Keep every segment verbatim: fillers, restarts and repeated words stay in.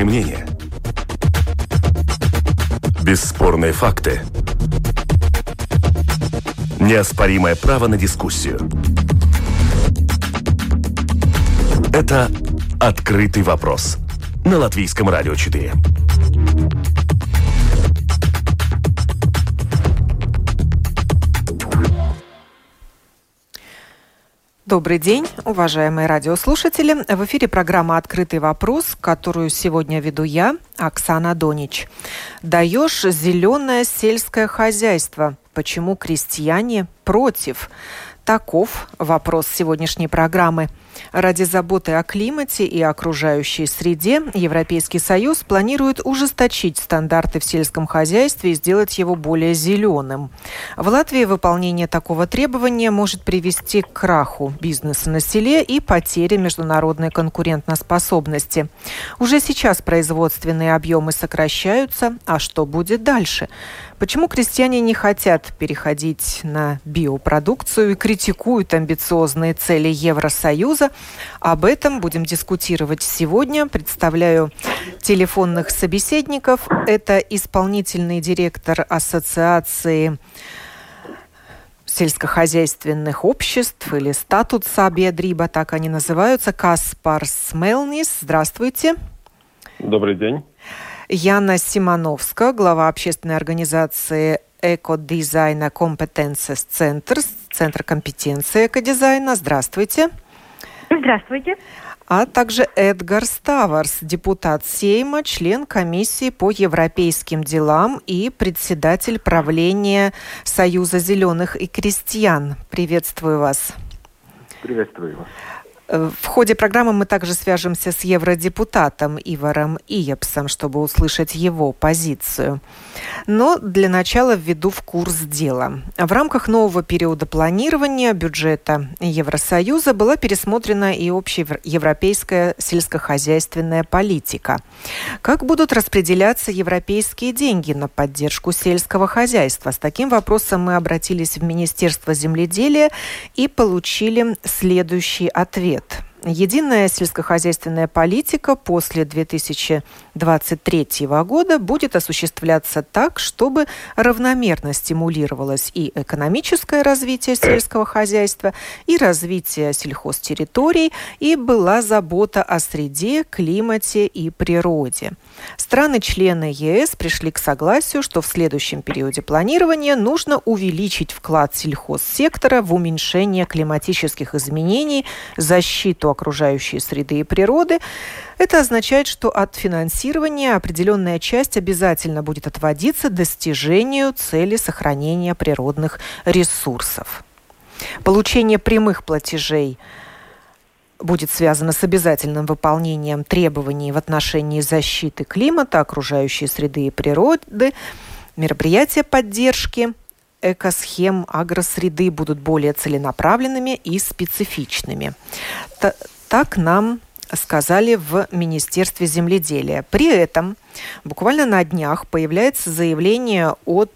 мнения. Бесспорные факты. Неоспоримое право на дискуссию. Это «Открытый вопрос» на Латвийском радио четыре. Добрый день, уважаемые радиослушатели. В эфире программа «Открытый вопрос», которую сегодня веду я, Оксана Донич. Даешь зеленое сельское хозяйство. Почему крестьяне против? Таков вопрос сегодняшней программы. Ради заботы о климате и окружающей среде Европейский Союз планирует ужесточить стандарты в сельском хозяйстве и сделать его более зеленым. В Латвии выполнение такого требования может привести к краху бизнеса на селе и потере международной конкурентоспособности. Уже сейчас производственные объемы сокращаются, а что будет дальше? Почему крестьяне не хотят переходить на биопродукцию и критикуют амбициозные цели Евросоюза? Об этом будем дискутировать сегодня. Представляю телефонных собеседников. Это исполнительный директор Ассоциации сельскохозяйственных обществ или статут Сабиедриба, так они называются, Каспарс Мелнис. Здравствуйте. Добрый день. Яна Симоновска, глава общественной организации Экодизайна Компетенцес Центр, Центр компетенции экодизайна. Здравствуйте. Здравствуйте. А также Эдгар Ставарс, депутат Сейма, член комиссии по европейским делам и председатель правления Союза зеленых и крестьян. Приветствую вас. Приветствую вас. В ходе программы мы также свяжемся с евродепутатом Иваром Иепсом, чтобы услышать его позицию. Но для начала введу в курс дела. В рамках нового периода планирования бюджета Евросоюза была пересмотрена и общеевропейская сельскохозяйственная политика. Как будут распределяться европейские деньги на поддержку сельского хозяйства? С таким вопросом мы обратились в Министерство земледелия и получили следующий ответ. Единая сельскохозяйственная политика после две тысячи двадцать третьего года будет осуществляться так, чтобы равномерно стимулировалось и экономическое развитие сельского хозяйства, и развитие сельхозтерриторий, и была забота о среде, климате и природе. Страны-члены ЕС пришли к согласию, что в следующем периоде планирования нужно увеличить вклад сельхозсектора в уменьшение климатических изменений, защиту окружающей среды и природы. Это означает, что от финансирования определенная часть обязательно будет отводиться достижению цели сохранения природных ресурсов. Получение прямых платежей будет связано с обязательным выполнением требований в отношении защиты климата, окружающей среды и природы. Мероприятия поддержки экосхем агросреды будут более целенаправленными и специфичными. Так нам сказали в Министерстве земледелия. При этом буквально на днях появляется заявление от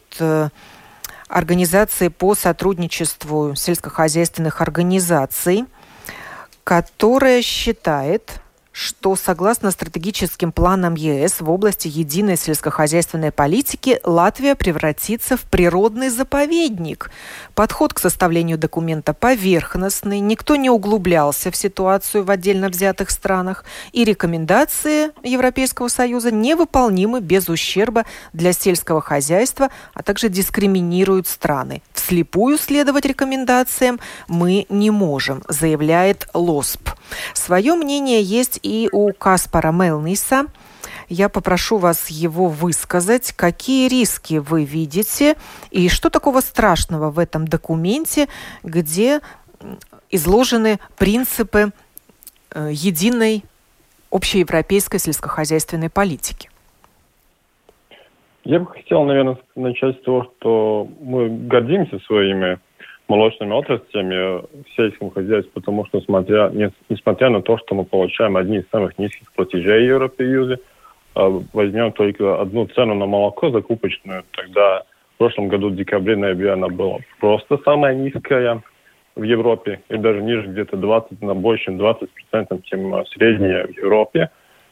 Организации по сотрудничеству сельскохозяйственных организаций, которая считает, что согласно стратегическим планам ЕС в области единой сельскохозяйственной политики Латвия превратится в природный заповедник. Подход к составлению документа поверхностный, никто не углублялся в ситуацию в отдельно взятых странах, и рекомендации Европейского Союза невыполнимы без ущерба для сельского хозяйства, а также дискриминируют страны. Вслепую следовать рекомендациям мы не можем, заявляет ЛОСП. Свое мнение есть и у Каспара Мелниса. Я попрошу вас его высказать. Какие риски вы видите и что такого страшного в этом документе, где изложены принципы единой общеевропейской сельскохозяйственной политики? Я бы хотел, наверное, начать с того, что мы гордимся своими молочными отраслями в сельском хозяйстве, потому что, смотря, не, несмотря на то, что мы получаем одни из самых низких платежей в Евросоюзе, возьмем только одну цену на молоко закупочную, тогда в прошлом году в декабре-ноябре она была просто самая низкая в Европе, и даже ниже где-то двадцать, на больше, чем двадцать процентов, чем средняя в Европе.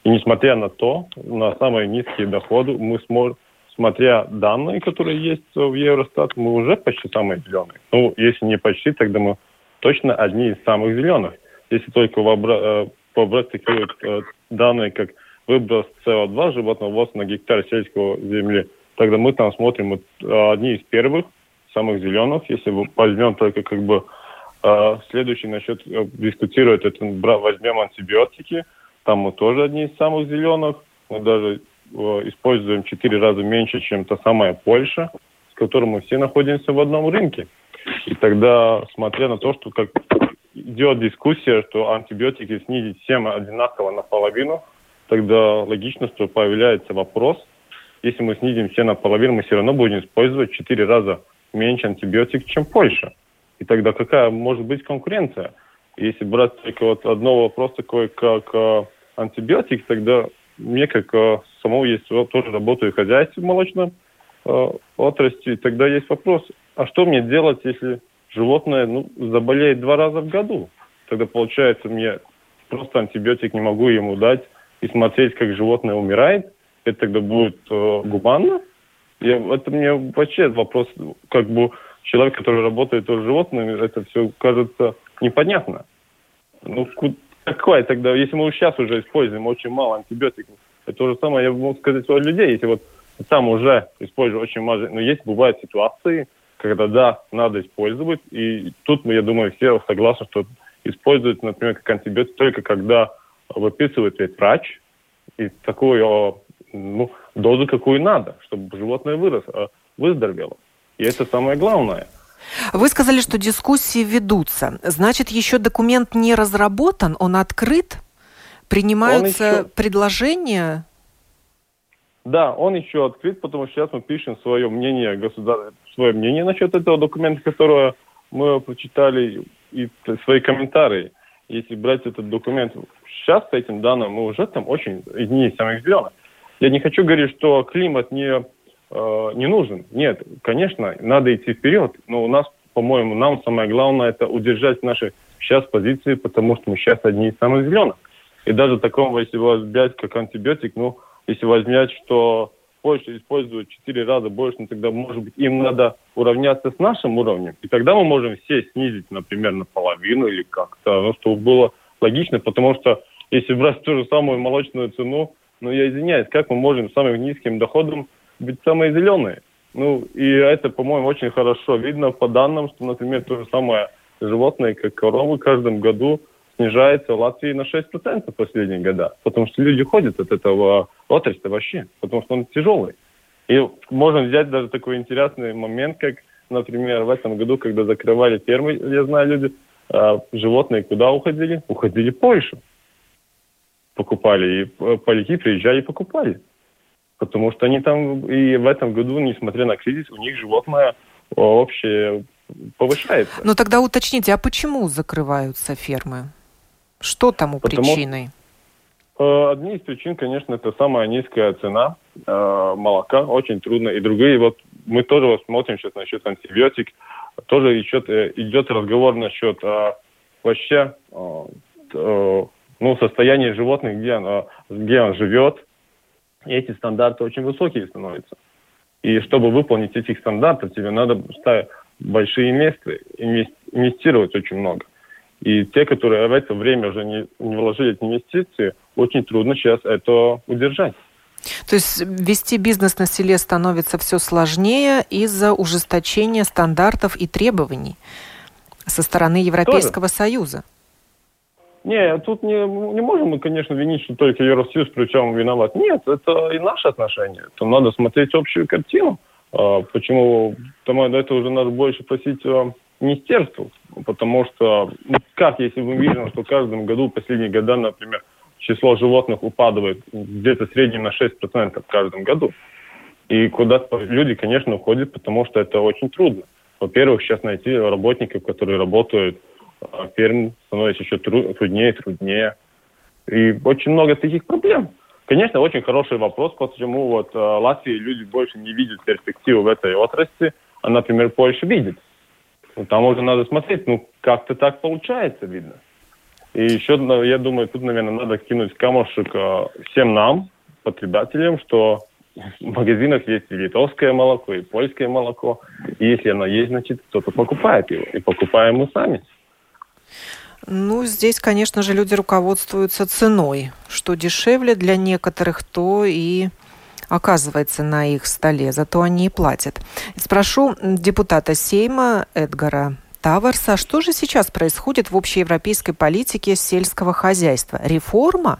И несмотря на то, на самые низкие доходы, мы сможем, смотря данные, которые есть в Евростат, мы уже почти самые зеленые. Ну, если не почти, тогда мы точно одни из самых зеленых. Если только побрать такие вот данные, как выброс си о два животного ввоза на гектар сельского земли, тогда мы там смотрим вот, одни из первых, самых зеленых. Если возьмем только как бы следующий насчет дискутирует, это возьмем антибиотики, там мы тоже одни из самых зеленых. Мы даже используем четыре раза меньше, чем та самая Польша, с которой мы все находимся в одном рынке. И тогда, смотря на то, что как идет дискуссия, что антибиотики снизить всем одинаково наполовину, тогда логично, что появляется вопрос, если мы снизим все наполовину, мы все равно будем использовать в четыре раза меньше антибиотиков, чем Польша. И тогда какая может быть конкуренция? Если брать только вот одно вопрос такой, как э, антибиотик, тогда мне, как э, самому есть, тоже работаю в хозяйстве молочном э, отрасли, тогда есть вопрос, а что мне делать, если животное ну, заболеет два раза в году? Тогда получается, мне просто антибиотик не могу ему дать и смотреть, как животное умирает. Это тогда будет э, гуманно? Я, это мне вообще вопрос, как бы человек, который работает с животными, это все кажется непонятно. Ну, какое тогда, если мы сейчас уже используем очень мало антибиотиков, это то же самое, я могу сказать о людей, если вот там уже использую очень мало, но есть, бывают ситуации, когда да, надо использовать, и тут, я думаю, все согласны, что используют, например, как антибиотик только когда выписывает ведь врач, и такую ну, дозу, какую надо, чтобы животное вырос, выздоровело. И это самое главное. Вы сказали, что дискуссии ведутся. Значит, еще документ не разработан, он открыт? Принимаются еще... предложения? Да, он еще открыт, потому что сейчас мы пишем свое мнение, государ... свое мнение насчет этого документа, которое мы прочитали, и свои комментарии. Если брать этот документ сейчас с этим данным, мы уже там очень одни из самых зеленых. Я не хочу говорить, что климат не, э, не нужен. Нет, конечно, надо идти вперед. Но у нас, по-моему, нам самое главное это удержать наши сейчас позиции, потому что мы сейчас одни из самых зеленых. И даже такого, если взять как антибиотик, ну, если возьмать, что Польша использует четыре раза больше, ну, тогда, может быть, им надо уравняться с нашим уровнем. И тогда мы можем все снизить, например, наполовину или как-то, ну, чтобы было логично, потому что если брать ту же самую молочную цену, ну, я извиняюсь, как мы можем с самым низким доходом быть самые зеленые? Ну, и это, по-моему, очень хорошо видно по данным, что, например, то же самое животное, как коровы, в каждом году снижается в Латвии на шесть процентов в последние года. Потому что люди ходят от этого отрасли вообще, потому что он тяжелый. И можно взять даже такой интересный момент, как, например, в этом году, когда закрывали фермы, я знаю, люди, животные куда уходили? Уходили в Польшу. Покупали, и поляки приезжали и покупали. Потому что они там, и в этом году, несмотря на кризис, у них животное общее повышается. Ну тогда уточните, а почему закрываются фермы? Что тому Потому, причиной? Э, одни из причин, конечно, это самая низкая цена э, молока, очень трудно. И другие, вот мы тоже вот смотрим сейчас насчет антибиотик, тоже идет, э, идет разговор насчет э, вообще э, э, ну, состояние животных, где он, где он живет, и эти стандарты очень высокие становятся. И чтобы выполнить этих стандартов, тебе надо ставить большие инвесторы, инвестировать очень много. И те, которые в это время уже не, не вложили эти инвестиции, очень трудно сейчас это удержать. То есть вести бизнес на селе становится все сложнее из-за ужесточения стандартов и требований со стороны Европейского Тоже. Союза? Не, тут не, не можем мы, конечно, винить, что только Евросоюз причем виноват. Нет, это и наши отношения. То надо смотреть общую картину. А, почему? Потому что это уже надо больше просить а, министерству. Потому что, ну, как, если мы видим, что в каждом году, в последние годы, например, число животных упадает где-то в среднем на шесть процентов в каждом году. И куда-то люди, конечно, уходят, потому что это очень трудно. Во-первых, сейчас найти работников, которые работают ферм, становится еще труднее и труднее. И очень много таких проблем. Конечно, очень хороший вопрос, почему вот в Латвии люди больше не видят перспективу в этой отрасли, а, например, Польша видит. Ну, там уже надо смотреть, ну, как-то так получается, видно. И еще, я думаю, тут, наверное, надо кинуть камушек всем нам, потребителям, что в магазинах есть и литовское молоко, и польское молоко. И если оно есть, значит, кто-то покупает его. И покупаем мы сами. Ну, здесь, конечно же, люди руководствуются ценой. Что дешевле для некоторых, то и оказывается на их столе. Зато они и платят. Спрошу депутата Сейма Эдгара Таварса, что же сейчас происходит в общеевропейской политике сельского хозяйства? Реформа?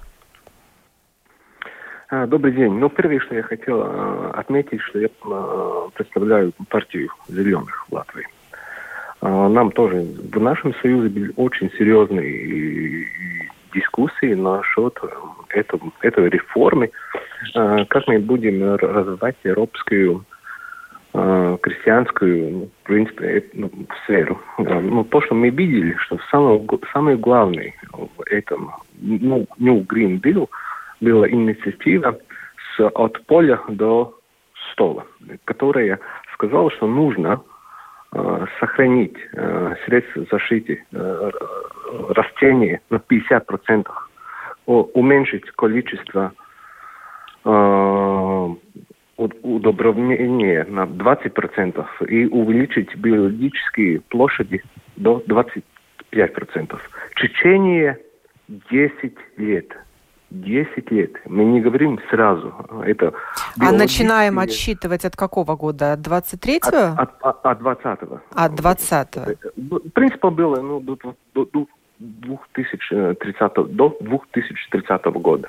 Добрый день. Ну, первое, что я хотел отметить, что я представляю партию «Зеленых» в Латвии. Нам тоже в нашем союзе были очень серьезные дискуссии насчет этого, этой реформы, как мы будем развивать европейскую крестьянскую, в принципе, ну, сферу. Ну, то, что мы видели, что самое, самое главное в этом, ну, New Green Deal была инициатива с от поля до стола, которая сказала, что нужно э, сохранить э, средства защиты э, растений на пятьдесят процентов, уменьшить количество э, удобрения на двадцать процентов и увеличить биологические площади до двадцати пяти процентов. В течение десяти лет. десять лет. Мы не говорим сразу. Это а начинаем отсчитывать от какого года? От двадцать третьего? От, от, от двадцатого. От двадцатого. Принципа было ну, до, до, до, две тысячи тридцатого, до две тысячи тридцатого года.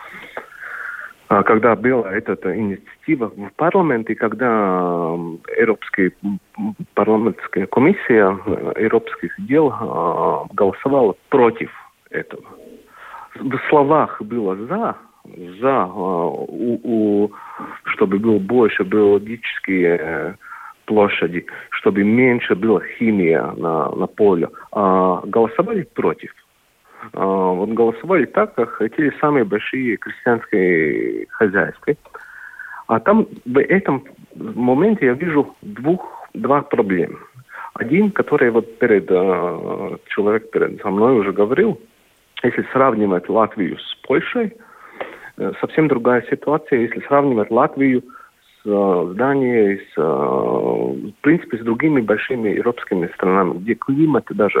Когда была эта инициатива в парламенте, когда Европейская парламентская комиссия европейских дел голосовала против этого. В словах было за, за у, у, чтобы было больше биологические площади, чтобы меньше было химия на, на поле. А голосовали против. А, вот голосовали так, как хотели самые большие крестьянские хозяйства. А там в этом моменте я вижу двух, два проблемы. Один, который вот перед человек перед со мной уже говорил. Если сравнивать Латвию с Польшей, совсем другая ситуация. Если сравнивать Латвию с Данией, с, в принципе, с другими большими европейскими странами, где климат даже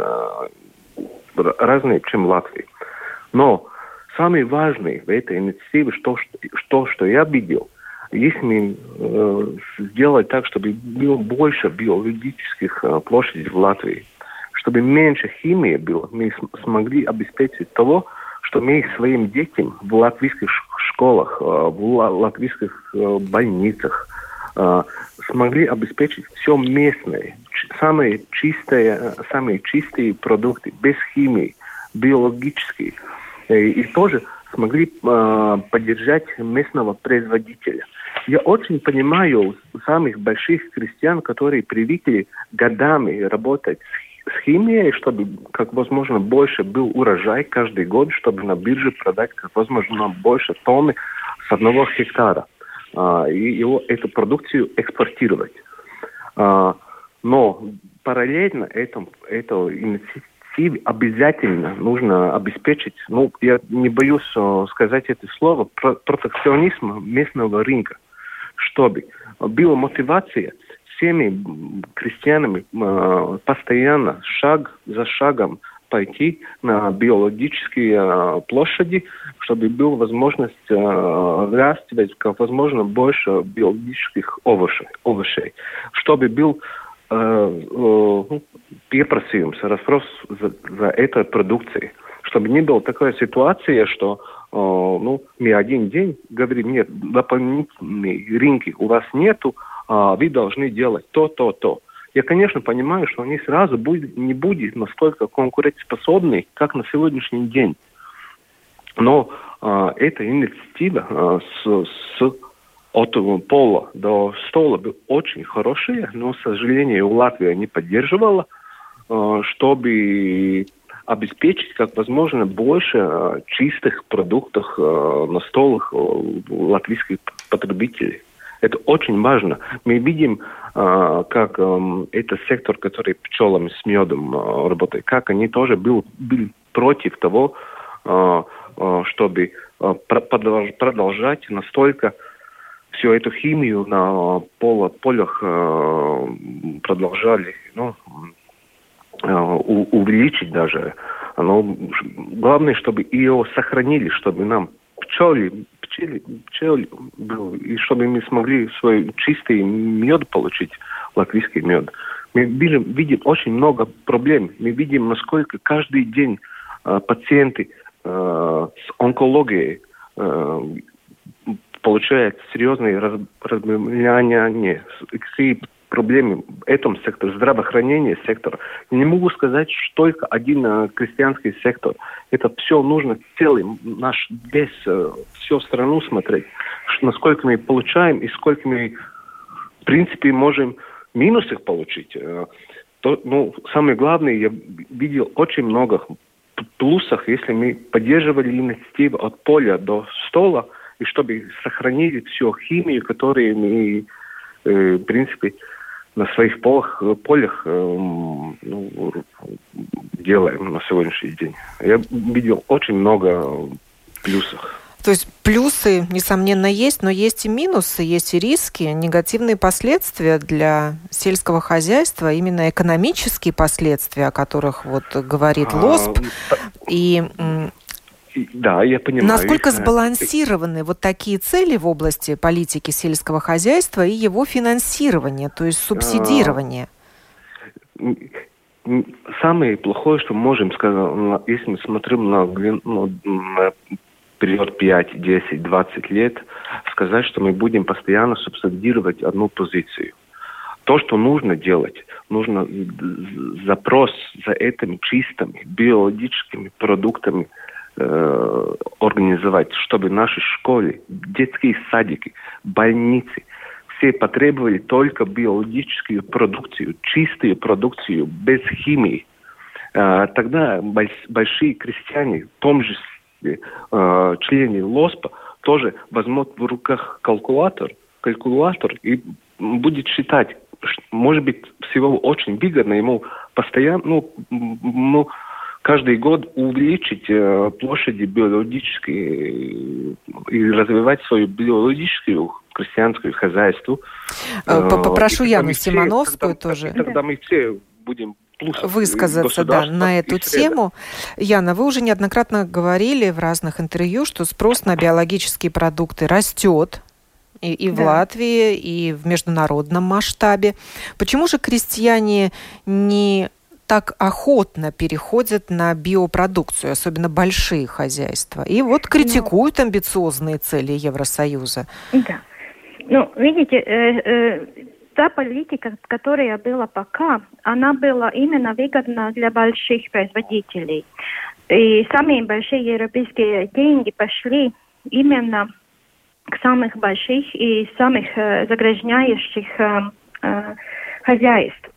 разный, чем Латвия. Но самое важное в этой инициативе, что, что, что я видел, если мы э, сделать так, чтобы было больше биологических э, площадей в Латвии, чтобы меньше химии было, мы смогли обеспечить того, что мы своим детям в латвийских школах, в латвийских больницах смогли обеспечить все местное, самые чистые, самые чистые продукты, без химии, биологические. И тоже смогли поддержать местного производителя. Я очень понимаю самых больших крестьян, которые привыкли годами работать с с химией, чтобы как возможно больше был урожай каждый год, чтобы на бирже продать как возможно больше тонны с одного гектара а, и его, эту продукцию экспортировать. А, но параллельно этому, эту инициативе обязательно нужно обеспечить, ну, я не боюсь uh, сказать это слово, про- протекционизм местного рынка, чтобы была мотивация всеми крестьянами э, постоянно, шаг за шагом пойти на биологические э, площади, чтобы была возможность э, выращивать как возможно больше биологических овощей, овощей чтобы был э, э, попросим, спрос за, за этой продукцией, чтобы не было такой ситуации, что э, ну, мы один день говорим, нет, дополнительной рынки у вас нету, вы должны делать то, то, то. Я, конечно, понимаю, что они сразу будет, не будут настолько конкурентоспособны, как на сегодняшний день. Но а, эта инициатива а, с, с, от пола до стола была очень хорошая, но, к сожалению, Латвия не поддерживала, а, чтобы обеспечить как возможно больше а, чистых продуктов а, на столах а, латвийских потребителей. Это очень важно. Мы видим, э, как э, этот сектор, который пчелами с медом э, работает, как они тоже был, были против того, э, э, чтобы э, продолжать настолько всю эту химию на поло, полях э, продолжали, ну, э, увеличить даже. Но главное, чтобы ее сохранили, чтобы нам пчели, пчели, пчели был, и чтобы мы смогли свой чистый мед получить, латвийский мед. Мы видим, видим очень много проблем. Мы видим, насколько каждый день э, пациенты э, с онкологией э, получают серьезные размышления, какие проблемы в этом секторе, здравоохранения сектора. Я не могу сказать, что только один э, крестьянский сектор. Это все нужно целый наш весь, э, всю страну смотреть, насколько мы получаем и сколько мы, в принципе, можем минусов получить. Э, то, ну, самое главное, я видел очень много плюсов, если мы поддерживали инициативу от поля до стола, и чтобы сохранили всю химию, которую мы, э, в принципе, на своих полях, полях э, ну, делаем на сегодняшний день. Я видел очень много плюсов. То есть плюсы, несомненно, есть, но есть и минусы, есть и риски, негативные последствия для сельского хозяйства, именно экономические последствия, о которых вот говорит ЛОСП. А, и... Да, я понимаю. Насколько сбалансированы вот такие цели в области политики сельского хозяйства и его финансирования, то есть субсидирования? Самое плохое, что мы можем сказать, если мы смотрим на, ну, на период пять, десять, двадцать лет, сказать, что мы будем постоянно субсидировать одну позицию. То, что нужно делать, нужно запрос за этими чистыми биологическими продуктами организовать, чтобы наши школы, детские садики, больницы, все потребовали только биологическую продукцию, чистую продукцию, без химии. Тогда большие крестьяне, в том же члене ЛОСПа, тоже возьмут в руках калькулятор, калькулятор и будет считать, может быть, всего очень выгодно ему постоянно, ну, ну каждый год увеличить э, площади биологические и развивать свою биологическую крестьянское хозяйство. Попрошу э, Яну Симоновскую тогда, тоже. Тогда мы все будем высказаться да, на эту тему. Яна, вы уже неоднократно говорили в разных интервью, что спрос на биологические продукты растет и, и да. в Латвии, и в международном масштабе. Почему же крестьяне не так охотно переходят на биопродукцию, особенно большие хозяйства, и вот критикуют ну, амбициозные цели Евросоюза? Да. Ну, видите, э, э, та политика, которая была пока, она была именно выгодна для больших производителей. И самые большие европейские деньги пошли именно к самых больших и самых э, загрязняющих э, э, хозяйств.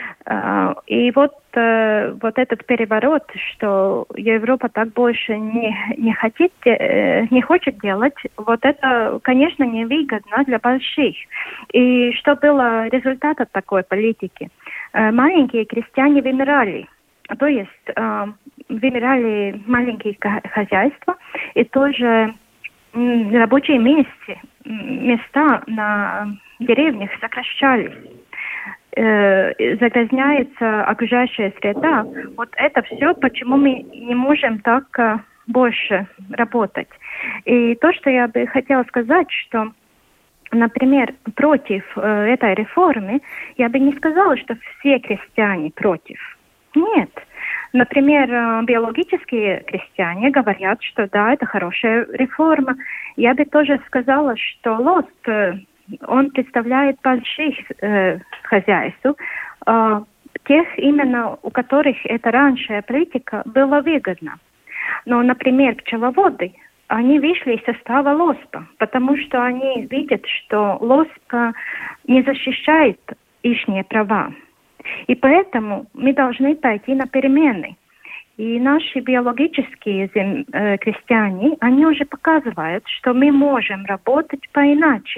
И вот, вот этот переворот, что Европа так больше не, не, хотит, не хочет делать, вот это, конечно, невыгодно для больших. И что было результатом такой политики? Маленькие крестьяне вымирали. То есть вымирали маленькие хозяйства, и тоже рабочие места, места на деревнях сокращались. Загрязняется окружающая среда. Вот это все, почему мы не можем так больше работать. И то, что я бы хотела сказать, что, например, против этой реформы, я бы не сказала, что все крестьяне против. Нет. Например, биологические крестьяне говорят, что да, это хорошая реформа. Я бы тоже сказала, что ЛОСП, он представляет больших э, хозяйств, э, тех именно, у которых эта раньше политика была выгодна. Но, например, пчеловоды, они вышли из состава ЛОСПа, потому что они видят, что ЛОСП не защищает их права. И поэтому мы должны пойти на перемены. И наши биологические зем... э, крестьяне, они уже показывают, что мы можем работать поиначе.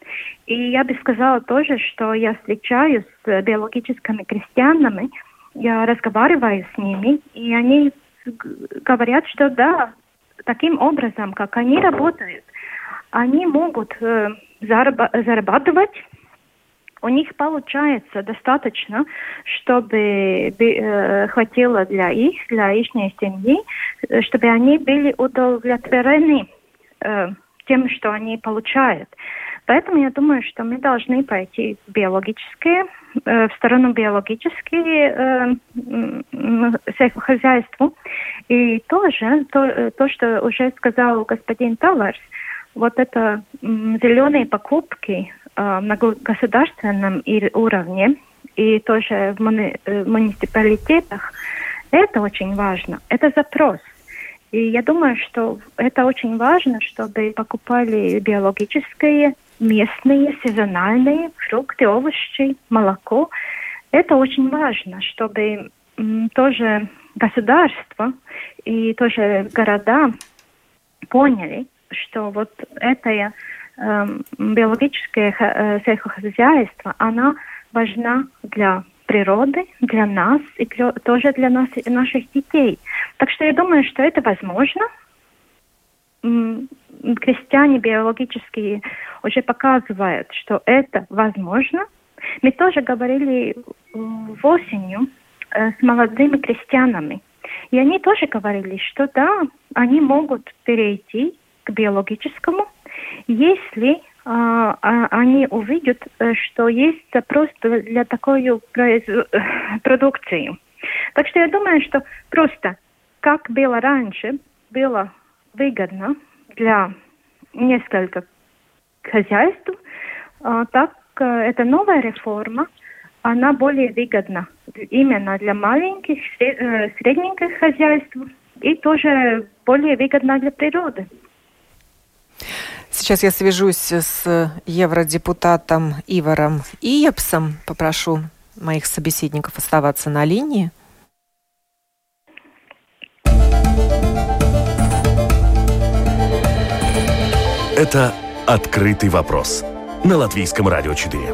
И я бы сказала тоже, что я встречаюсь с биологическими крестьянами, я разговариваю с ними, и они говорят, что да, таким образом, как они работают, они могут э, зараб- зарабатывать, у них получается достаточно, чтобы э, хватило для их, для их семьи, чтобы они были удовлетворены э, тем, что они получают. Поэтому я думаю, что мы должны пойти в биологические, э, в сторону биологические э, сельскохозяйству. И тоже то, то, что уже сказал господин Таларс, вот это м, зеленые покупки э, на государственном уровне и тоже в, муни, э, в муниципалитетах, это очень важно. Это запрос. И я думаю, что это очень важно, чтобы покупали биологические, местные, сезональные фрукты, овощи, молоко. Это очень важно, чтобы м, тоже государство и тоже города поняли, что вот это э, биологическое э, сельскохозяйство, она важна для природы, для нас и для, тоже для нас, наших детей. Так что я думаю, что это возможно. М- крестьяне биологические уже показывают, что это возможно. Мы тоже говорили э, осенью э, с молодыми крестьянами. И они тоже говорили, что да, они могут перейти к биологическому, если а, а, они увидят, что есть запрос для такой произ- продукции. Так что я думаю, что просто как было раньше, было выгодно для нескольких хозяйств, а, так эта новая реформа, она более выгодна именно для маленьких, средненьких хозяйств и тоже более выгодна для природы. Сейчас я свяжусь с евродепутатом Иваром Иепсом. Попрошу моих собеседников оставаться на линии. Это «Открытый вопрос» на Латвийском радио четыре.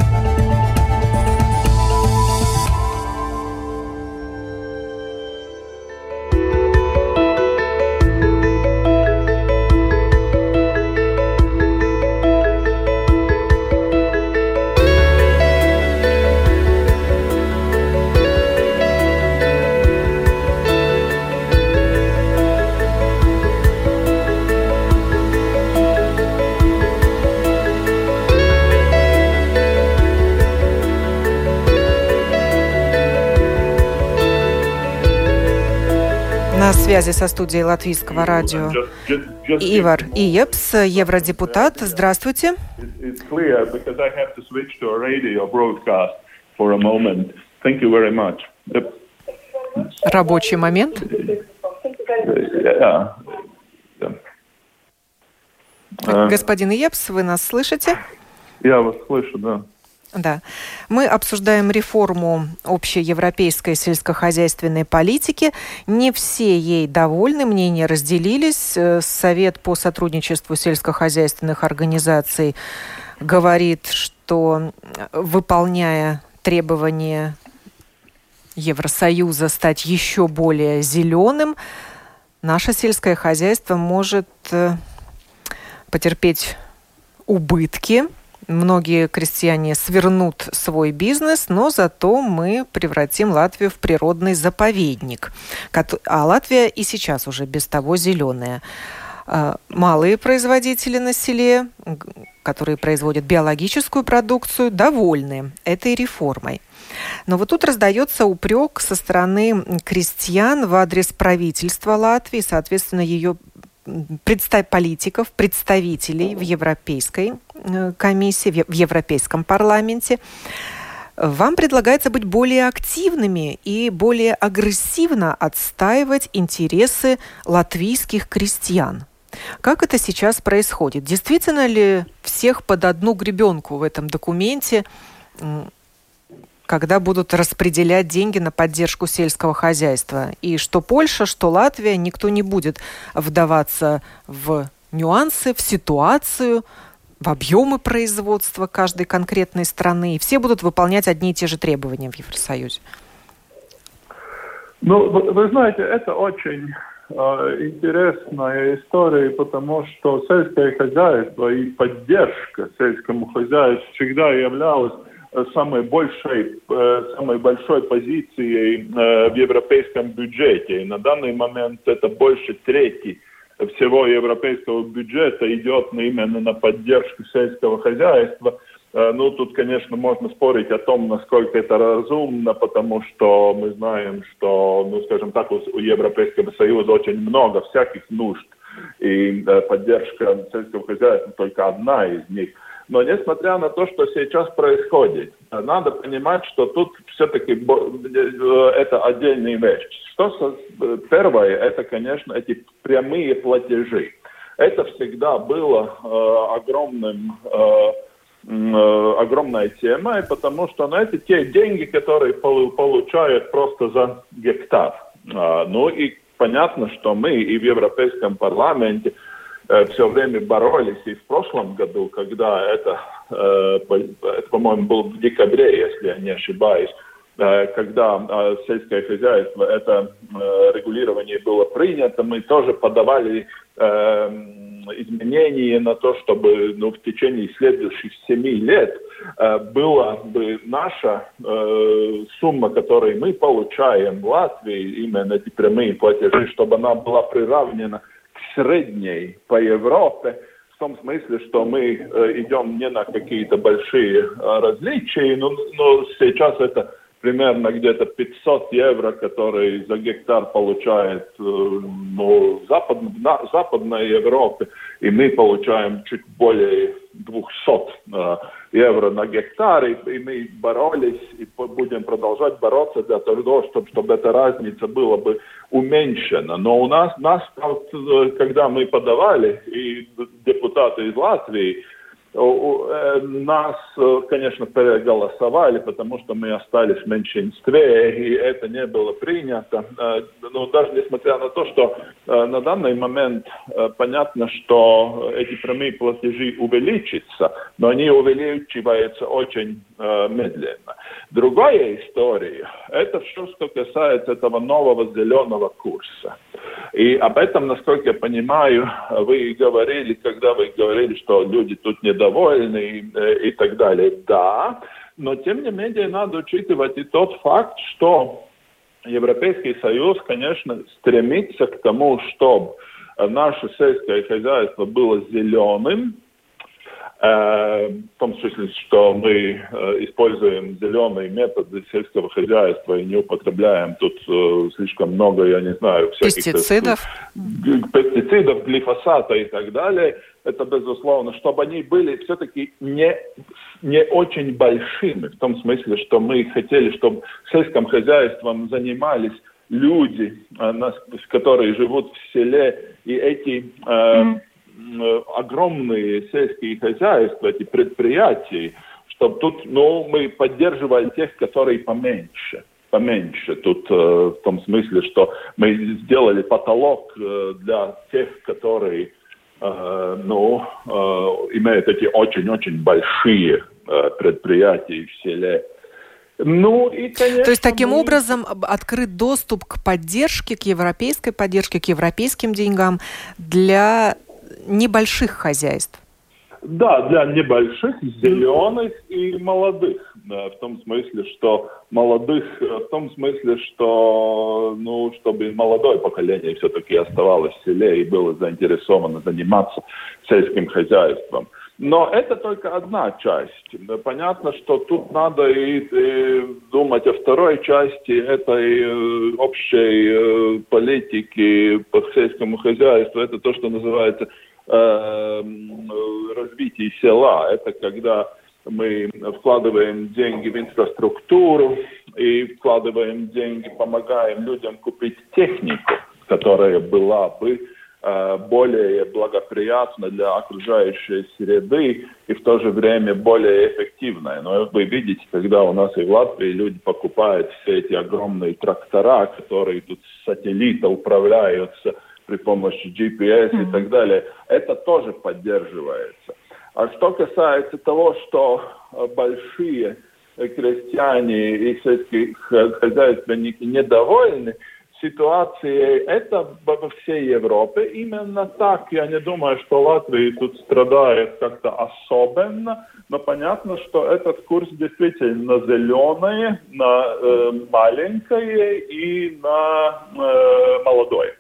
На связи со студией Латвийского радио Ивар Иепс, евродепутат. Здравствуйте. Рабочий момент. Господин Иепс, вы нас слышите? Я вас слышу, да. Да. Мы обсуждаем реформу общеевропейской сельскохозяйственной политики. Не все ей довольны, мнения разделились. Совет по сотрудничеству сельскохозяйственных организаций говорит, что, выполняя требования Евросоюза стать еще более зеленым, наше сельское хозяйство может потерпеть убытки. Многие крестьяне свернут свой бизнес, но зато мы превратим Латвию в природный заповедник. А Латвия и сейчас уже без того зеленая. Малые производители на селе, которые производят биологическую продукцию, довольны этой реформой. Но вот тут раздается упрек со стороны крестьян в адрес правительства Латвии, соответственно, ее представ- политиков, представителей в Европейской комиссии, в Европейском парламенте. Вам предлагается быть более активными и более агрессивно отстаивать интересы латвийских крестьян. Как это сейчас происходит? Действительно ли всех под одну гребенку в этом документе, когда будут распределять деньги на поддержку сельского хозяйства? И что Польша, что Латвия, никто не будет вдаваться в нюансы, в ситуацию, в объемы производства каждой конкретной страны, и все будут выполнять одни и те же требования в Евросоюзе? Ну, вы, вы знаете, это очень э, интересная история, потому что сельское хозяйство и поддержка сельскому хозяйству всегда являлась самой большой, э, самой большой позицией э, в европейском бюджете. И на данный момент это больше трети всего европейского бюджета идет именно на поддержку сельского хозяйства. Э, ну, тут, конечно, можно спорить о том, насколько это разумно, потому что мы знаем, что, ну, скажем так, у, у Европейского Союза очень много всяких нужд, и э, поддержка сельского хозяйства только одна из них. Но несмотря на то, что сейчас происходит, надо понимать, что тут все-таки это отдельная вещь. Что первое, это, конечно, эти прямые платежи. Это всегда было э, огромным, э, э, огромной темой, потому что, ну, это те деньги, которые получают просто за гектар. А, ну и понятно, что мы и в Европейском парламенте все время боролись и в прошлом году, когда это, э, это, по-моему, было в декабре, если я не ошибаюсь, э, когда э, сельское хозяйство, это э, регулирование было принято, мы тоже подавали э, изменения на то, чтобы, ну, в течение следующих семи лет э, была бы наша э, сумма, которую мы получаем в Латвии, именно эти прямые платежи, чтобы она была приравнена средней по Европе, в том смысле, что мы э, идем не на какие-то большие э, различия, но, но сейчас это примерно где-то пятьсот евро, которые за гектар получает э, ну, запад, на, Западной Европе, и мы получаем чуть более двухсот э, евро на гектар, и, и мы боролись, и будем продолжать бороться для того, чтобы, чтобы эта разница была бы уменьшена. Но у нас, нас, когда мы подавали, и депутаты из Латвии, нас, конечно, переголосовали, потому что мы остались в меньшинстве, и это не было принято. Но даже несмотря на то, что на данный момент понятно, что эти прямые платежи увеличатся, но они увеличиваются очень медленно. Другая история – это все, что касается этого нового зеленого курса. И об этом, насколько я понимаю, вы говорили, когда вы говорили, что люди тут недовольны и, и так далее. Да, но тем не менее надо учитывать и тот факт, что Европейский Союз, конечно, стремится к тому, чтобы наше сельское хозяйство было зеленым, в том смысле, что мы используем зеленые методы сельского хозяйства и не употребляем тут слишком много, я не знаю, всяких пестицидов, пестицидов, глифосата и так далее. Это безусловно, чтобы они были все-таки не, не очень большими, в том смысле, что мы хотели, чтобы сельским хозяйством занимались люди, которые живут в селе, и эти mm-hmm. огромные сельские хозяйства, эти предприятия, чтобы тут, ну, мы поддерживали тех, которые поменьше. Поменьше. Тут э, в том смысле, что мы сделали потолок э, для тех, которые э, ну, э, имеют эти очень-очень большие э, предприятия в селе. Ну, и, конечно, То есть, таким мы... образом, открыт доступ к поддержке, к европейской поддержке, к европейским деньгам для небольших хозяйств. Да, для небольших, зеленых и молодых. Да, в том смысле, что молодых, в том смысле, что, ну, чтобы молодое поколение все-таки оставалось в селе и было заинтересовано заниматься сельским хозяйством. Но это только одна часть. Понятно, что тут надо и, и думать о второй части этой э, общей э, политики по сельскому хозяйству. Это то, что называется э, развитие села. Это когда мы вкладываем деньги в инфраструктуру и вкладываем деньги, помогаем людям купить технику, которая была бы более благоприятно для окружающей среды и в то же время более эффективная. Но вы видите, когда у нас и в Латвии люди покупают все эти огромные трактора, которые тут с сателлита управляются при помощи джи пи эс mm-hmm. и так далее, это тоже поддерживается. А что касается того, что большие крестьяне и сельские хозяйственники недовольны ситуацией, это во всей Европе именно так. Я не думаю, что Латвия тут страдает как-то особенно, но понятно, что этот курс действительно зеленый, на э, маленькое и на э, молодое.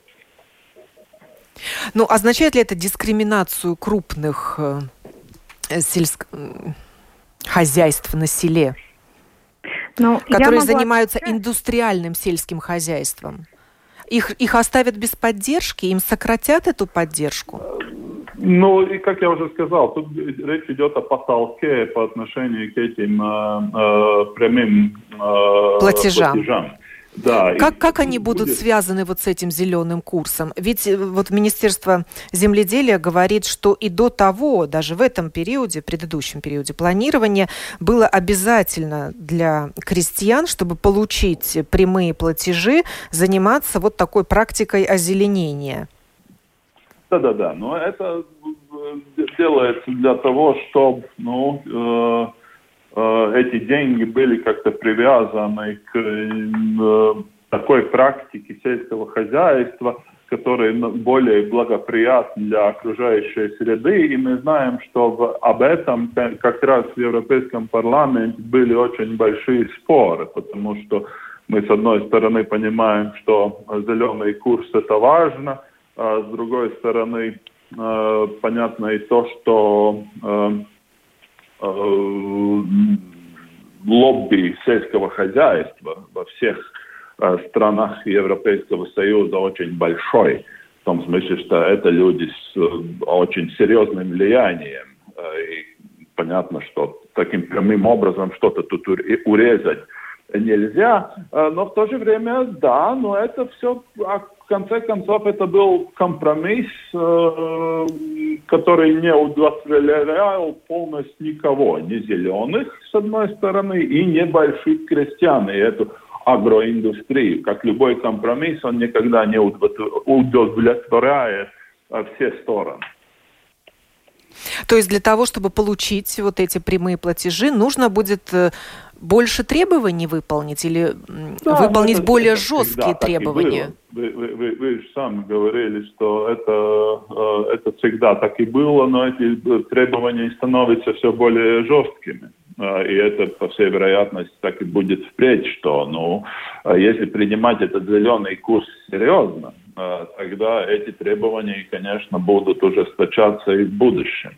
Ну, означает ли это дискриминацию крупных э, сельск... хозяйств на селе, ну, которые занимаются отвечать. индустриальным сельским хозяйством? Их, их оставят без поддержки? Им сократят эту поддержку? Ну, и как я уже сказал, тут речь идет о потолке по отношению к этим э, прямым э, платежам. платежам. Да, как, и, как они будут будет... связаны вот с этим зеленым курсом? Ведь вот Министерство земледелия говорит, что и до того, даже в этом периоде, предыдущем периоде планирования, было обязательно для крестьян, чтобы получить прямые платежи, заниматься вот такой практикой озеленения. Да-да-да, но это делается для того, чтобы ну, э, э, эти деньги были как-то привязаны к э, такой практике сельского хозяйства, которая более благоприятна для окружающей среды. И мы знаем, что в, об этом как раз в Европейском парламенте были очень большие споры, потому что мы, с одной стороны, понимаем, что зеленый курс – это важно, а с другой стороны, э, понятно и то, что э, э, лобби сельского хозяйства во всех э, странах Европейского Союза очень большой. В том смысле, что это люди с э, очень серьезным влиянием. Э, и понятно, что таким прямым образом что-то тут урезать нельзя. Э, но в то же время, да, но это все... В конце концов, это был компромисс, э, который не удовлетворял полностью никого. Ни зеленых, с одной стороны, и небольших крестьян, и эту агроиндустрию. Как любой компромисс, он никогда не удовлетворяет все стороны. То есть для того, чтобы получить вот эти прямые платежи, нужно будет больше требований выполнить или да, выполнить это, более это жесткие требования? Вы, вы, вы, вы же сами говорили, что это, это всегда так и было, но эти требования становятся все более жесткими. И это, по всей вероятности, так и будет впредь, что ну, если принимать этот зеленый курс серьезно, тогда эти требования, конечно, будут ужесточаться и в будущем.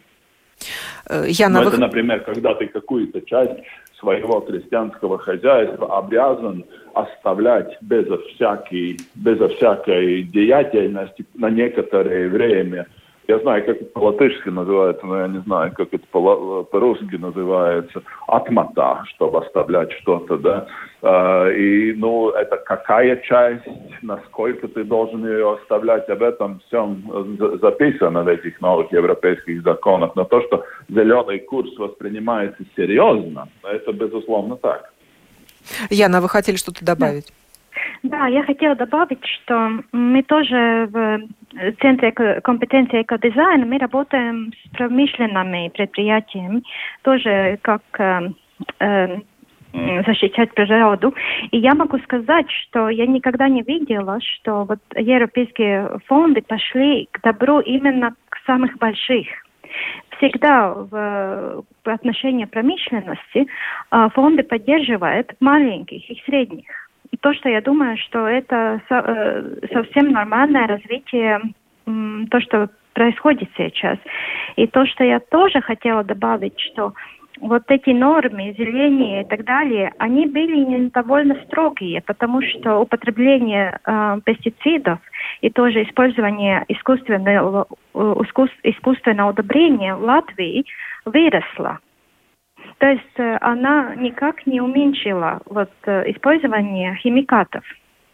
Я Но на... это, например, когда ты какую-то часть своего крестьянского хозяйства обязан оставлять безо всякой, безо всякой деятельности на некоторое время. Я знаю, как это по-латышски называется, но я не знаю, как это по-русски называется. Отмота, чтобы оставлять что-то, да. И, ну, это какая часть, насколько ты должен ее оставлять, об этом всем записано в этих новых европейских законах. Но то, что зеленый курс воспринимается серьезно, это, безусловно, так. Яна, вы хотели что-то добавить? Да, я хотела добавить, что мы тоже в Центре компетенции экодизайна, мы работаем с промышленными предприятиями, тоже как э, э, защищать природу. И я могу сказать, что я никогда не видела, что вот европейские фонды пошли к добру именно к самых больших. Всегда в, в отношении промышленности э, фонды поддерживают маленьких и средних. И то, что я думаю, что это со, совсем нормальное развитие, м, то, что происходит сейчас. И то, что я тоже хотела добавить, что вот эти нормы, зеления и так далее, они были довольно строгие, потому что употребление э, пестицидов и тоже использование искусственного, искусственного удобрения в Латвии выросло. То есть она никак не уменьшила вот, использование химикатов.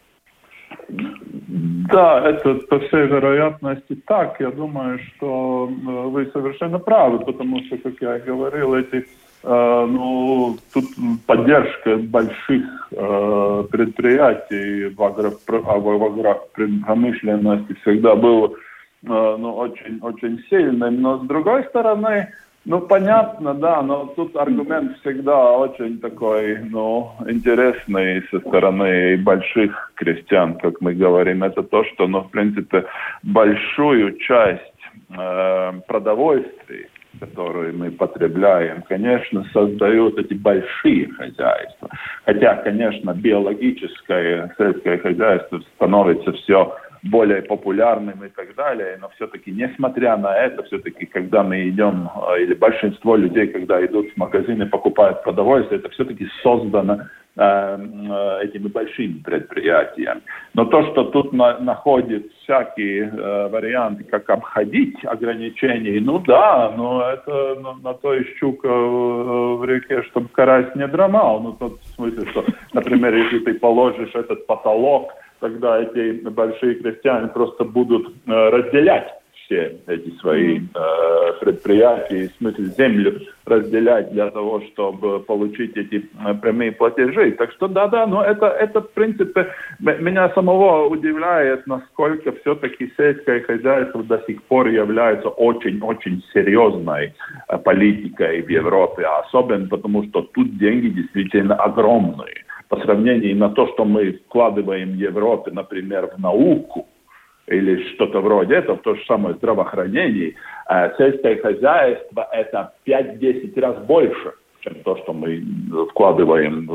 Да, это по всей вероятности так. Я думаю, что вы совершенно правы, потому что, как я и говорил, эти, э, ну, тут поддержка больших э, предприятий в, агро, в агропромышленности всегда была э, ну, очень, очень сильной. Но с другой стороны, Ну, понятно, да, но тут аргумент всегда очень такой, ну, интересный со стороны больших крестьян, как мы говорим. Это то, что, ну, в принципе, большую часть э, продовольствия, которые мы потребляем, конечно, создают эти большие хозяйства. Хотя, конечно, биологическое сельское хозяйство становится все более популярным и так далее, но все-таки, несмотря на это, все-таки, когда мы идем, или большинство людей, когда идут в магазины, покупают продовольствие, это все-таки создано э, этими большими предприятиями. Но то, что тут на, находит всякие э, варианты, как обходить ограничения, ну да, но это ну, на то и щука э, в реке, чтобы карась не драмал. Ну, тот в смысле, что, например, если ты положишь этот потолок, тогда эти большие крестьяне просто будут э, разделять все эти свои э, предприятия, в смысле землю разделять для того, чтобы получить эти э, прямые платежи. Так что да-да, но это, это в принципе меня самого удивляет, насколько все-таки сельское хозяйство до сих пор является очень-очень серьезной э, политикой в Европе, особенно потому, что тут деньги действительно огромные. По сравнению на то, что мы вкладываем в Европе, например, в науку или что-то вроде этого, то же самое здравоохранение, э, сельское хозяйство это пять-десять раз больше, чем то, что мы вкладываем,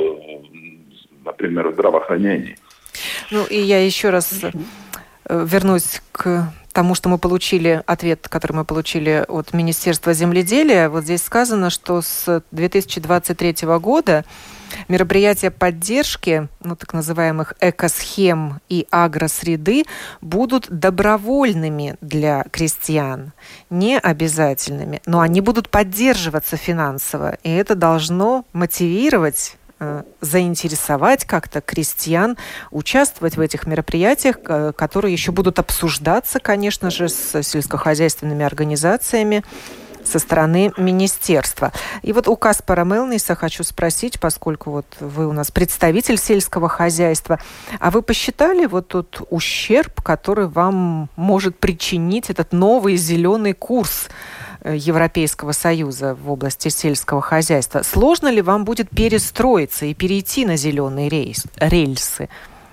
в, например, в здравоохранение. Ну и я еще раз вернусь к тому, что мы получили, ответ, который мы получили от Министерства земледелия. Вот здесь сказано, что с две тысячи двадцать третьего года мероприятия поддержки, ну, так называемых экосхем и агросреды будут добровольными для крестьян, не обязательными, но они будут поддерживаться финансово, и это должно мотивировать, э, заинтересовать как-то крестьян участвовать в этих мероприятиях, которые еще будут обсуждаться, конечно же, с сельскохозяйственными организациями со стороны министерства. И вот у Каспара Мелниса хочу спросить, поскольку вот вы у нас представитель сельского хозяйства, а вы посчитали вот тот ущерб, который вам может причинить этот новый зеленый курс Европейского Союза в области сельского хозяйства? Сложно ли вам будет перестроиться и перейти на зеленые рейс, рельсы?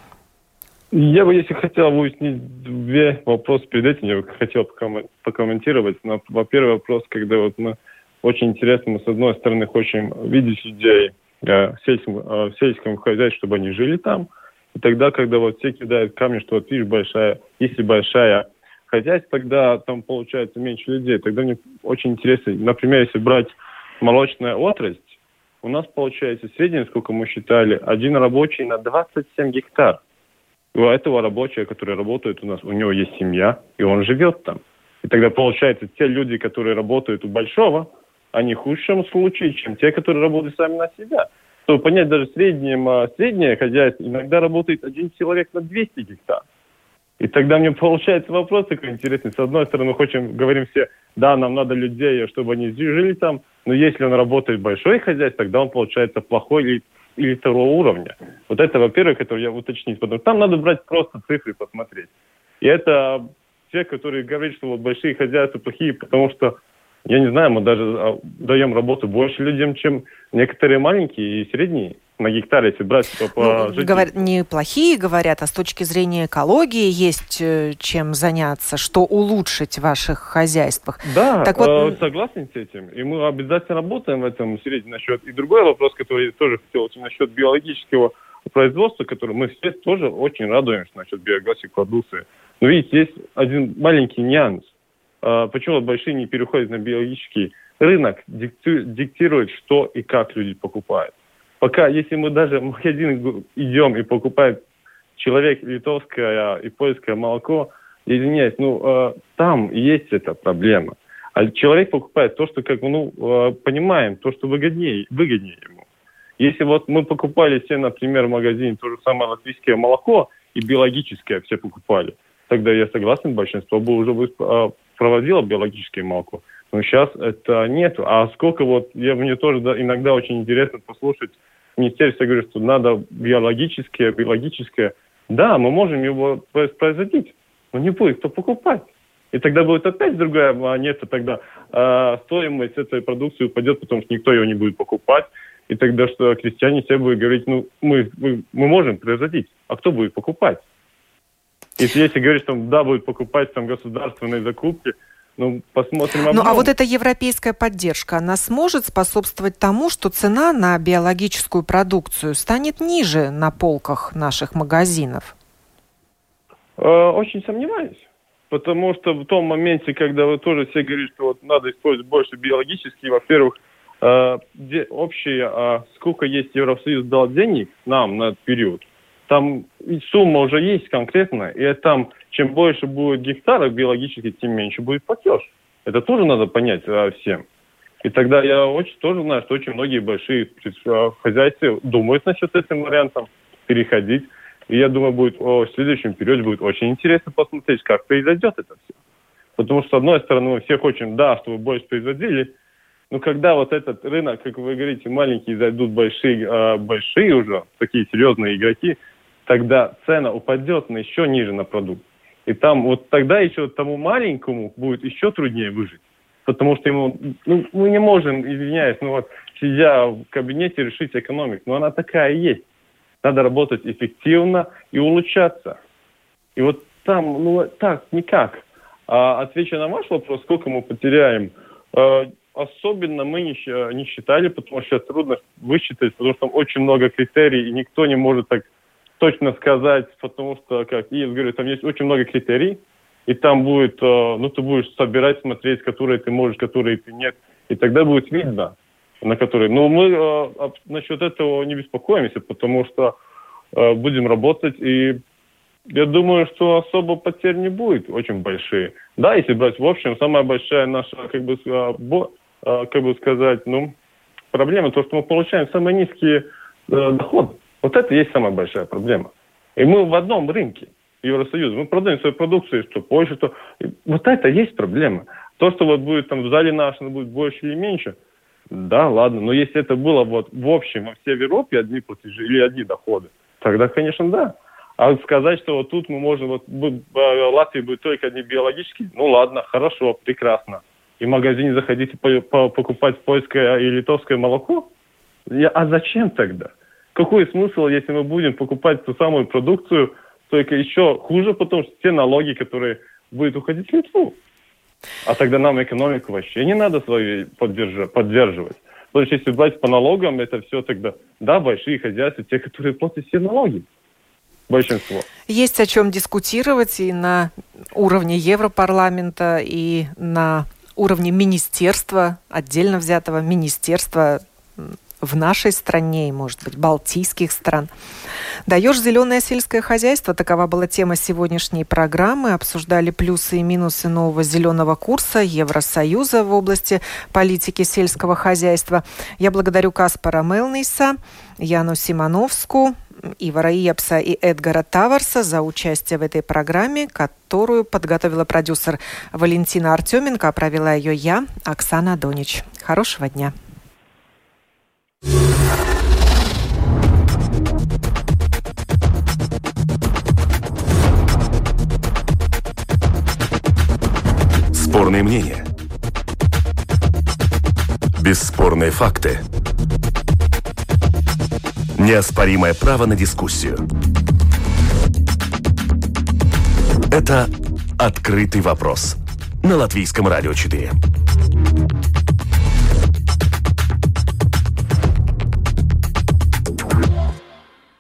Я бы, если хотел выяснить две вопроса перед этим, я бы хотел покомментировать. Но, во-первых, вопрос, когда вот мы очень интересно, мы с одной стороны хотим видеть людей э, в, сельском, э, в сельском хозяйстве, чтобы они жили там. И тогда, когда вот все кидают камни, что вот видишь, большая, если большая хозяйство, тогда там получается меньше людей. Тогда мне очень интересно, например, если брать молочную отрасль, у нас получается среднее, сколько мы считали, один рабочий на двадцать семь гектар. У этого рабочего, который работает у нас, у него есть семья, и он живет там. И тогда получается, те люди, которые работают у большого, они в худшем случае, чем те, которые работают сами на себя. Чтобы понять, даже в среднем, среднее хозяйство иногда работает один человек на двести гектар. И тогда мне получается вопрос такой интересный. С одной стороны, мы хотим, говорим все, да, нам надо людей, чтобы они жили там, но если он работает в большое хозяйство, тогда он получается плохой или или второго уровня. Вот это, во-первых, это я уточнить, потому что там надо брать просто цифры посмотреть. И это те, которые говорят, что вот большие хозяйства плохие, потому что, я не знаю, мы даже даем работу больше людям, чем некоторые маленькие и средние на гектаре, если брать по, по ну, говор... Не плохие говорят, а с точки зрения экологии есть чем заняться, что улучшить в ваших хозяйствах. Да, так вот... э, согласен с этим. И мы обязательно работаем в этом среде насчет. И другой вопрос, который я тоже хотел, насчет биологического производства, который мы все тоже очень радуемся насчет биогаза и продукции. Но видите, есть один маленький нюанс. Э, почему большие не переходят на биологический рынок, дикти... диктирует, что и как люди покупают. Пока, если мы даже в магазин идем и покупаем человек литовское и польское молоко, извиняюсь, ну, э, там есть эта проблема. А человек покупает то, что, как ну, э, понимаем, то, что выгоднее, выгоднее ему. Если вот мы покупали все, например, в магазине то же самое латвийское молоко и биологическое все покупали, тогда я согласен, большинство бы уже э, проводило биологическое молоко. Но сейчас это нету. А сколько вот, я, мне тоже да, иногда очень интересно послушать, министерство говорит, что надо биологическое, биологическое. Да, мы можем его производить, но не будет кто покупать. И тогда будет опять другая монета, тогда э, стоимость этой продукции упадет, потому что никто ее не будет покупать. И тогда что крестьяне все будут говорить, ну, мы, мы, мы можем производить, а кто будет покупать? Если, если говорить, что да, будет покупать там государственные закупки, ну, посмотрим. Ну, а вот эта европейская поддержка, она сможет способствовать тому, что цена на биологическую продукцию станет ниже на полках наших магазинов? Э, очень сомневаюсь. Потому что в том моменте, когда вы тоже все говорите, что вот надо использовать больше биологически, во-первых, э, где общее, э, сколько есть Евросоюз дал денег нам на этот период, там сумма уже есть конкретная, и там чем больше будет гектаров биологических, тем меньше будет платеж. Это тоже надо понять э, всем. И тогда я очень тоже знаю, что очень многие большие э, хозяйства думают насчет этим вариантом переходить. И я думаю, будет о, в следующем периоде будет очень интересно посмотреть, как произойдет это все. Потому что, с одной стороны, мы все хотим, да, чтобы больше производили, но когда вот этот рынок, как вы говорите, маленькие зайдут большие, э, большие уже, такие серьезные игроки, тогда цена упадет на еще ниже на продукт. И там вот тогда еще тому маленькому будет еще труднее выжить. Потому что ему, ну, мы не можем, извиняюсь, ну вот, сидя в кабинете, решить экономику. Но она такая и есть. Надо работать эффективно и улучшаться. И вот там, ну, так, никак. А, отвечу на ваш вопрос, сколько мы потеряем. А, особенно мы не, не считали, потому что трудно высчитать, потому что там очень много критерий, и никто не может так точно сказать, потому что, как я говорю, там есть очень много критерий, и там будет, ну, ты будешь собирать, смотреть, которые ты можешь, которые ты нет, и тогда будет видно, на которые. Но мы э, насчет этого не беспокоимся, потому что э, будем работать, и я думаю, что особо потерь не будет очень большие. Да, если брать в общем, самая большая наша, как бы, э, бо, э, как бы сказать, ну, проблема, то, что мы получаем самые низкие э, доходы. Вот это и есть самая большая проблема. И мы в одном рынке Евросоюза. Мы продаем свою продукцию, что Польша, то... И вот это и есть проблема. То, что вот будет там в зале наше, будет больше или меньше, да, ладно. Но если это было вот в общем во всей Европе одни платежи или одни доходы, тогда, конечно, да. А вот сказать, что вот тут мы можем, вот в Латвии будет только одни биологические, ну ладно, хорошо, прекрасно. И в магазине заходите по, по, покупать польское и литовское молоко? Я, а зачем тогда? Какой смысл, если мы будем покупать ту самую продукцию, только еще хуже, потому что те налоги, которые будут уходить в Литву. А тогда нам экономику вообще не надо свою поддерживать. Потому что если брать по налогам, это все тогда, да, большие хозяйства, те, которые платят все налоги. Большинство. Есть о чем дискутировать и на уровне Европарламента, и на уровне министерства, отдельно взятого министерства в нашей стране и, может быть, балтийских стран. Даешь зеленое сельское хозяйство? Такова была тема сегодняшней программы. Обсуждали плюсы и минусы нового зеленого курса Евросоюза в области политики сельского хозяйства. Я благодарю Каспара Мелниса, Яну Симоновску, Ивара Иепса и Эдгара Таварса за участие в этой программе, которую подготовила продюсер Валентина Артеменко, а провела ее я, Оксана Донич. Хорошего дня. Спорные мнения. Бесспорные факты. Неоспоримое право на дискуссию. Это «Открытый вопрос» на Латвийском радио четыре.